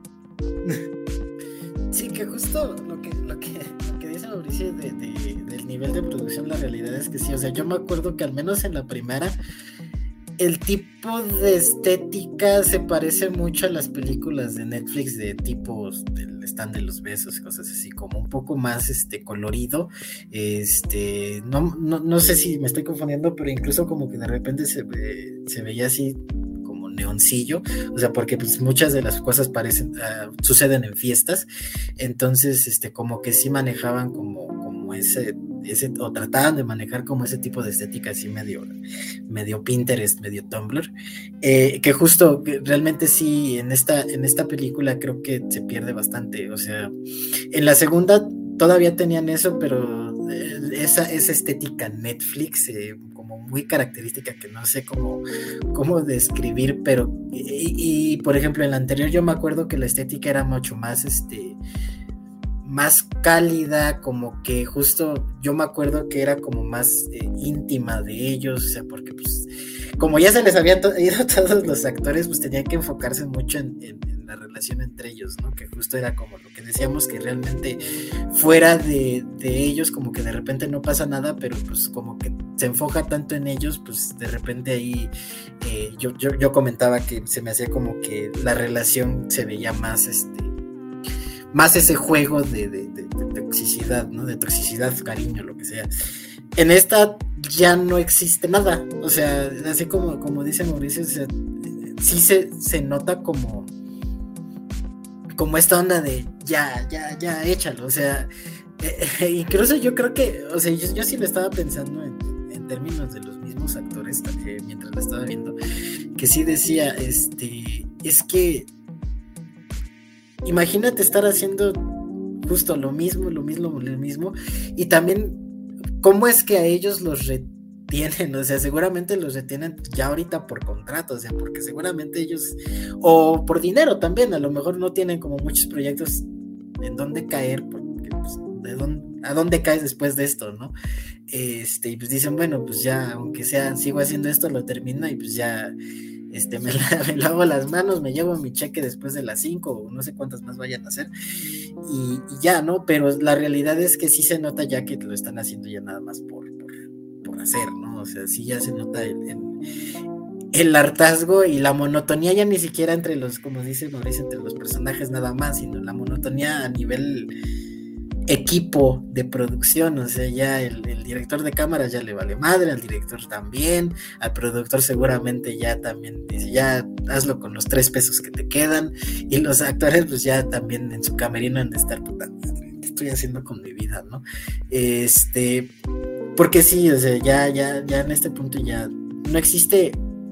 Sí, que justo lo que, lo que, lo que dice Mauricio de, de, del nivel de producción, la realidad es que sí, o sea, yo me acuerdo que al menos en la primera, el tipo de estética se parece mucho a las películas de Netflix de tipos del stand de los besos y cosas así, como un poco más este colorido, este, no, no, no sé si me estoy confundiendo, pero incluso como que de repente se, ve, se veía así como neoncillo, o sea, porque pues muchas de las cosas parecen, uh, suceden en fiestas, entonces este, como que sí manejaban como, como ese Ese, o trataban de manejar como ese tipo de estética así medio, medio Pinterest, medio Tumblr, eh, que justo que realmente sí en esta, en esta película creo que se pierde bastante, o sea, en la segunda todavía tenían eso, pero eh, esa, esa estética Netflix eh, como muy característica que no sé cómo, cómo describir, pero y, y por ejemplo en la anterior yo me acuerdo que la estética era mucho más este más cálida, como que justo yo me acuerdo que era como más eh, íntima de ellos, o sea, porque pues como ya se les habían to- ido todos los actores, pues tenían que enfocarse mucho en, en, en la relación entre ellos, ¿no? Que justo era como lo que decíamos, que realmente fuera de, de ellos como que de repente no pasa nada, pero pues como que se enfoca tanto en ellos, pues de repente ahí eh, yo, yo, yo comentaba que se me hacía como que la relación se veía más este más ese juego de, de, de, de toxicidad, ¿no? De toxicidad, cariño, lo que sea. En esta ya no existe nada, o sea, así como, como dice Mauricio, o sea, sí se, se nota como como esta onda de ya, ya, ya, échalo, o sea, eh, incluso yo creo que, o sea, yo, yo sí lo estaba pensando en, en términos de los mismos actores, eh, mientras lo estaba viendo, que sí decía, este, es que imagínate estar haciendo justo lo mismo, lo mismo, lo mismo, y también cómo es que a ellos los retienen, o sea, seguramente los retienen ya ahorita por contrato, o sea, porque seguramente ellos, o por dinero también, a lo mejor no tienen como muchos proyectos en donde caer, porque pues, ¿De dónde, a dónde caes después de esto, no? Este, y pues dicen, bueno, pues ya, aunque sea, sigo haciendo esto, lo termino y pues ya, este, me, la, me lavo las manos, me llevo mi cheque después de las cinco o no sé cuántas más vayan a hacer y, y ya, ¿no? Pero la realidad es que sí se nota ya que lo están haciendo ya nada más por, por, por hacer, ¿no? O sea, sí ya se nota el, el, el hartazgo y la monotonía ya ni siquiera entre los, como dice Mauricio, entre los personajes nada más, sino la monotonía a nivel equipo de producción, o sea, ya el, el director de cámaras ya le vale madre, al director también, al productor seguramente ya también dice, ya hazlo con los tres pesos que te quedan, y los actores pues ya también en su camerino han de estar, puta madre, ¿qué estoy haciendo con mi vida, no? Este, porque sí, o sea, ya, ya, ya en este punto ya no existe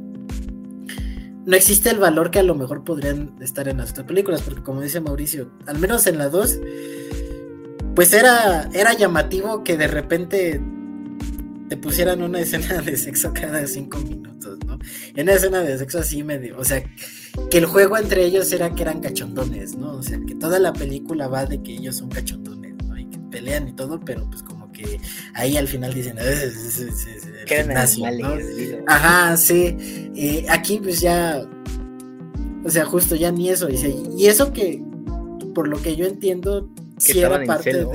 no existe el valor que a lo mejor podrían estar en las otras películas, porque como dice Mauricio, al menos en la dos pues era, era llamativo que de repente te pusieran una escena de sexo cada cinco minutos, ¿no? En una escena de sexo así medio, o sea, que el juego entre ellos era que eran cachondones, ¿no? O sea, que toda la película va de que ellos son cachondones, ¿no? Y que pelean y todo, pero pues como que ahí al final dicen, es, es, es, es el gimnasio, ¿no? Ajá, sí. Eh, aquí pues ya, o sea, justo ya ni eso, dice, y eso que, por lo que yo entiendo, si era parte de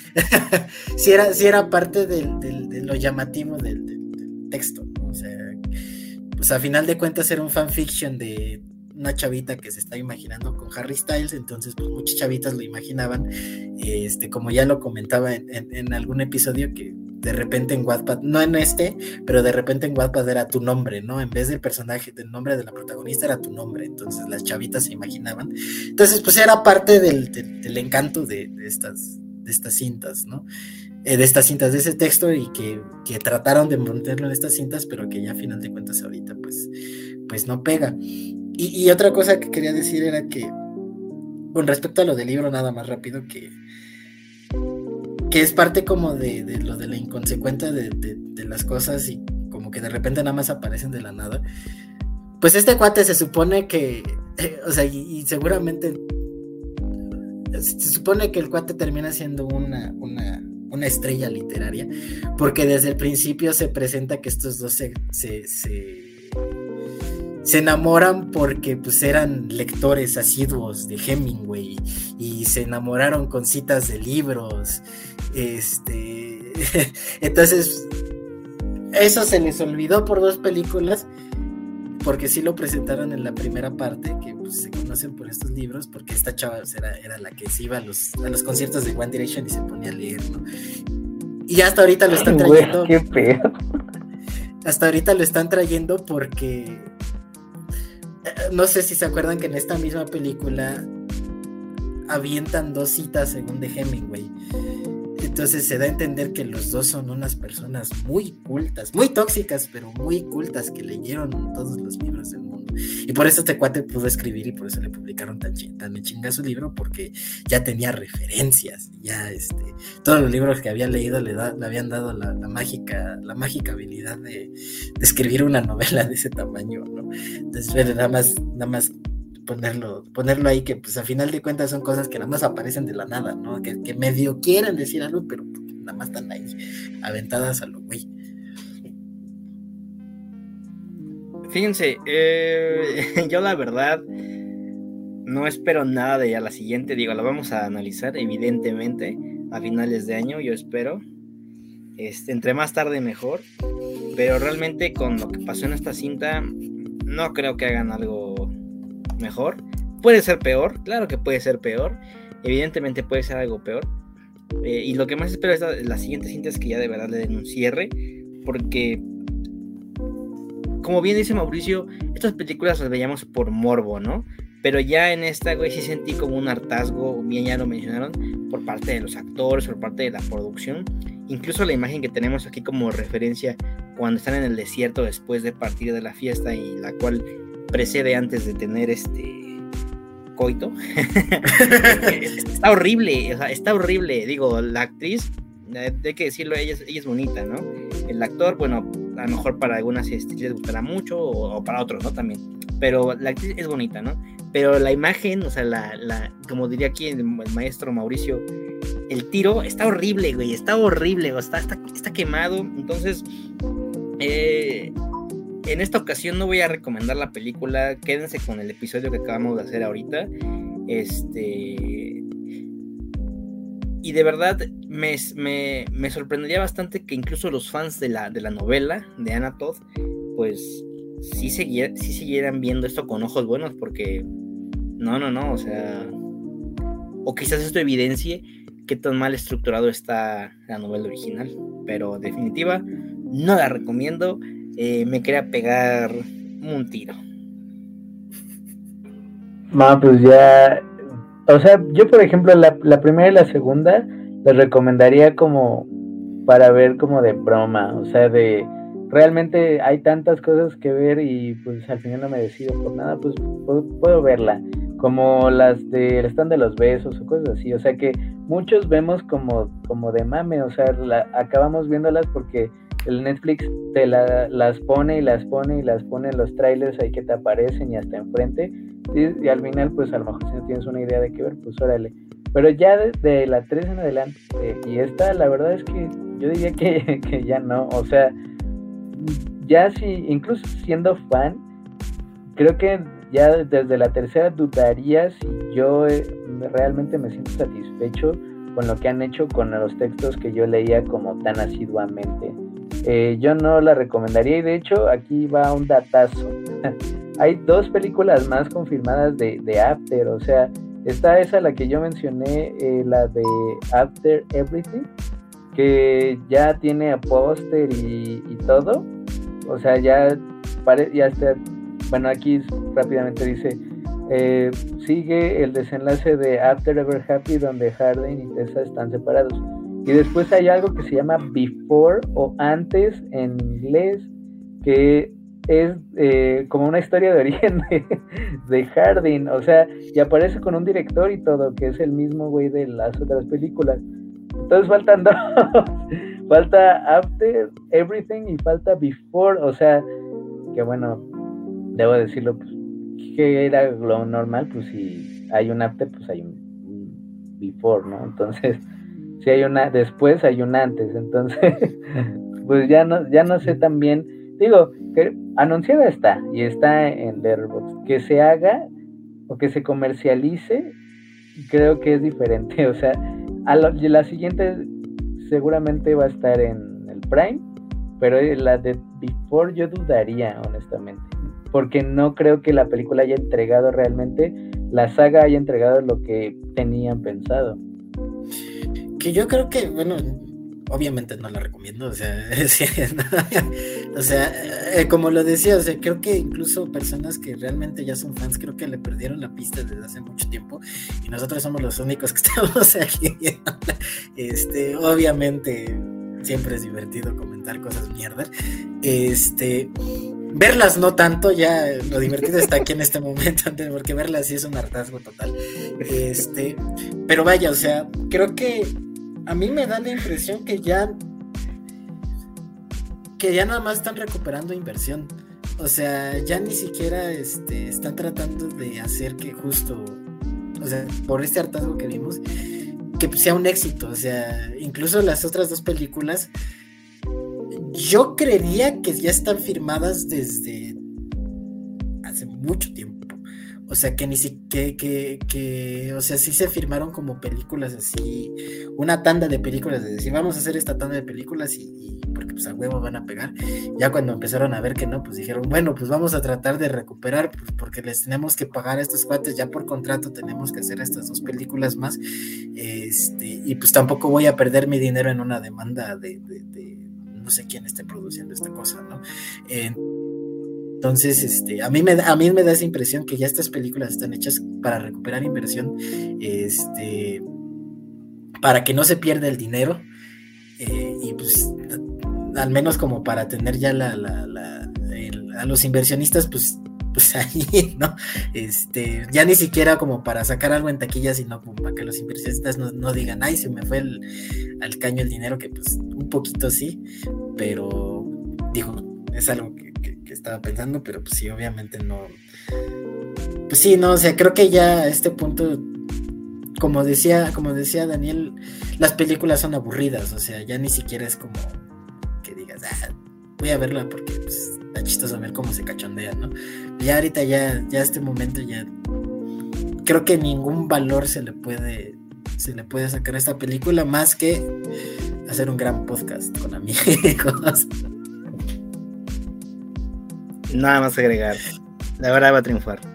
si era, si era parte del, del, de lo llamativo del, del, del texto, ¿no? O sea, pues a final de cuentas era un fanfiction de una chavita que se está imaginando con Harry Styles, entonces pues muchas chavitas lo imaginaban, este, como ya lo comentaba en, en, en algún episodio, que de repente en Wattpad, no en este, pero de repente en Wattpad era tu nombre, ¿no? En vez del personaje, del nombre de la protagonista era tu nombre, entonces las chavitas se imaginaban. Entonces, pues era parte del, del, del encanto de, de, estas, de estas cintas, ¿no? Eh, de estas cintas, de ese texto, y que, que trataron de montarlo en estas cintas, pero que ya a final de cuentas ahorita, pues, pues no pega. Y, y otra cosa que quería decir era que, con respecto a lo del libro, nada más rápido, que que es parte como de, de lo de la inconsecuencia de, de, de las cosas y como que de repente nada más aparecen de la nada. Pues este cuate se supone que, eh, o sea, y, y seguramente se supone que el cuate termina siendo una, una, una estrella literaria, porque desde el principio se presenta que estos dos se, se, se, se enamoran porque pues eran lectores asiduos de Hemingway y se enamoraron con citas de libros. Este, entonces eso se les olvidó por dos películas, porque sí lo presentaron en la primera parte, que pues, se conocen por estos libros, porque esta chava pues, era, era la que se iba a los, a los conciertos de One Direction y se ponía a leer, ¿no? Y hasta ahorita lo están trayendo. Qué pedo. Hasta ahorita lo están trayendo porque no sé si se acuerdan que en esta misma película avientan dos citas según de Hemingway. Entonces se da a entender que los dos son unas personas muy cultas, muy tóxicas, pero muy cultas, que leyeron todos los libros del mundo. Y por eso este cuate pudo escribir y por eso le publicaron tan, ching, tan de chinga su libro, porque ya tenía referencias. Ya este, todos los libros que había leído le, da, le habían dado la, la, mágica, la mágica habilidad de, de escribir una novela de ese tamaño, ¿no? Entonces, bueno, nada más, nada más ponerlo, ponerlo ahí, que pues a final de cuentas son cosas que nada más aparecen de la nada, ¿no? Que, que medio quieren decir algo, pero nada más están ahí, aventadas a lo güey. Fíjense, eh, yo la verdad no espero nada de ya la siguiente, digo, la vamos a analizar evidentemente a finales de año, yo espero, este, entre más tarde mejor, pero realmente con lo que pasó en esta cinta no creo que hagan algo mejor. Puede ser peor, claro que puede ser peor, evidentemente puede ser algo peor, eh, y lo que más espero es la, la siguiente cinta es que ya de verdad le den un cierre, porque como bien dice Mauricio, estas películas las veíamos por morbo, ¿no? Pero ya en esta, güey, sí sentí como un hartazgo, bien ya lo mencionaron, por parte de los actores, por parte de la producción, incluso la imagen que tenemos aquí como referencia cuando están en el desierto después de partir de la fiesta y la cual precede antes de tener este coito. Está horrible, o sea, está horrible. Digo, la actriz, hay que decirlo, ella es, ella es bonita, ¿no? El actor, bueno, a lo mejor para algunas este, les gustará mucho, o, o para otros, ¿no? También. pero la actriz es bonita, ¿no? Pero la imagen, o sea, la, la, como diría aquí el, el maestro Mauricio, el tiro está horrible, güey, está horrible, o está, está, está quemado. Entonces, eh, en esta ocasión no voy a recomendar la película, quédense con el episodio que acabamos de hacer ahorita. Este... Y de verdad me, me, me sorprendería bastante que incluso los fans de la, de la novela de Anna Todd, pues sí, seguir, sí siguieran viendo esto con ojos buenos, porque no, no, no, o sea, o quizás esto evidencie qué tan mal estructurado está la novela original, pero en definitiva no la recomiendo. Eh, me quería pegar un tiro. No, pues ya... O sea, yo por ejemplo la, la primera y la segunda les recomendaría como para ver como de broma, o sea, de realmente hay tantas cosas que ver y pues al final no me decido por nada, pues puedo, puedo verla, como las del stand de los besos o cosas así, o sea que muchos vemos como, como de mame, o sea, la, acabamos viéndolas porque el Netflix te la, las pone y las pone y las pone en los trailers ahí que te aparecen y hasta enfrente. Y, y al final, pues a lo mejor si no tienes una idea de qué ver, pues órale. Pero ya de, de la tres en adelante, eh, y esta, la verdad es que yo diría que, que ya no. O sea, ya si, incluso siendo fan, creo que ya desde la tercera dudaría si yo eh, realmente me siento satisfecho con lo que han hecho con los textos que yo leía como tan asiduamente. Eh, yo no la recomendaría y de hecho aquí va un datazo. Hay dos películas más confirmadas de, de After, o sea, está esa la que yo mencioné, eh, la de After Everything, que ya tiene póster y, y todo, o sea, ya, pare, ya está, bueno, aquí rápidamente dice, eh, sigue el desenlace de After Ever Happy donde Hardin y Tessa están separados, y después hay algo que se llama Before o Antes en inglés, que es eh, como una historia de origen de, de Hardin, o sea, y aparece con un director y todo, que es el mismo güey de las otras películas. Entonces faltan dos, falta After Everything y falta Before, o sea, que bueno, debo decirlo, pues, que era lo normal, pues si hay un After, pues hay un, un Before, ¿no? Entonces, si hay una después, hay un antes, entonces, pues ya no, ya no sé tan bien. Digo, que anunciada está, y está en Letterboxd, que se haga o que se comercialice, creo que es diferente, o sea, a lo, la siguiente seguramente va a estar en el Prime, pero la de Before yo dudaría, honestamente, porque no creo que la película haya entregado realmente, la saga haya entregado lo que tenían pensado. Que yo creo que, bueno... Obviamente no la recomiendo, o sea, sí, no, o sea, eh, como lo decía, o sea, creo que incluso personas que realmente ya son fans, creo que le perdieron la pista desde hace mucho tiempo, y nosotros somos los únicos que estamos aquí. Este, obviamente, siempre es divertido comentar cosas mierdas. Este, verlas no tanto, ya lo divertido está aquí en este momento, porque verlas sí es un hartazgo total. Este, pero vaya, o sea, creo que a mí me da la impresión que ya que ya nada más están recuperando inversión. O sea, ya ni siquiera este, están tratando de hacer que justo, o sea, por este hartazgo que vimos, que sea un éxito. O sea, incluso las otras dos películas, yo creería que ya están firmadas desde hace mucho tiempo. O sea, que ni siquiera, que, que, que, o sea, sí se firmaron como películas así, una tanda de películas, de decir, vamos a hacer esta tanda de películas y, y porque pues a huevo van a pegar. Ya cuando empezaron a ver que no, pues dijeron, bueno, pues vamos a tratar de recuperar, pues porque les tenemos que pagar a estos cuates, ya por contrato tenemos que hacer estas dos películas más, este, y pues tampoco voy a perder mi dinero en una demanda de, de, de no sé quién esté produciendo esta cosa, ¿no? Eh, Entonces, este, a mí me da, a mí me da esa impresión que ya estas películas están hechas para recuperar inversión, este, para que no se pierda el dinero, eh, y pues al menos como para tener ya la, la, la el, a los inversionistas, pues, pues ahí, ¿no? Este, ya ni siquiera como para sacar algo en taquilla, sino como para que los inversionistas no, no digan, ay, se me fue el, al caño el dinero, que pues un poquito sí, pero digo, es algo que Que, estaba pensando, pero pues sí, obviamente no. Pues sí, no, o sea, creo que ya a este punto, como decía, como decía Daniel, las películas son aburridas, o sea, ya ni siquiera es como que digas, ah, voy a verla porque pues, está chistoso ver cómo se cachondea, ¿no? Ya ahorita ya, ya a este momento ya creo que ningún valor se le puede, se le puede sacar a esta película más que hacer un gran podcast con amigos. Nada más agregar. La verdad va a triunfar.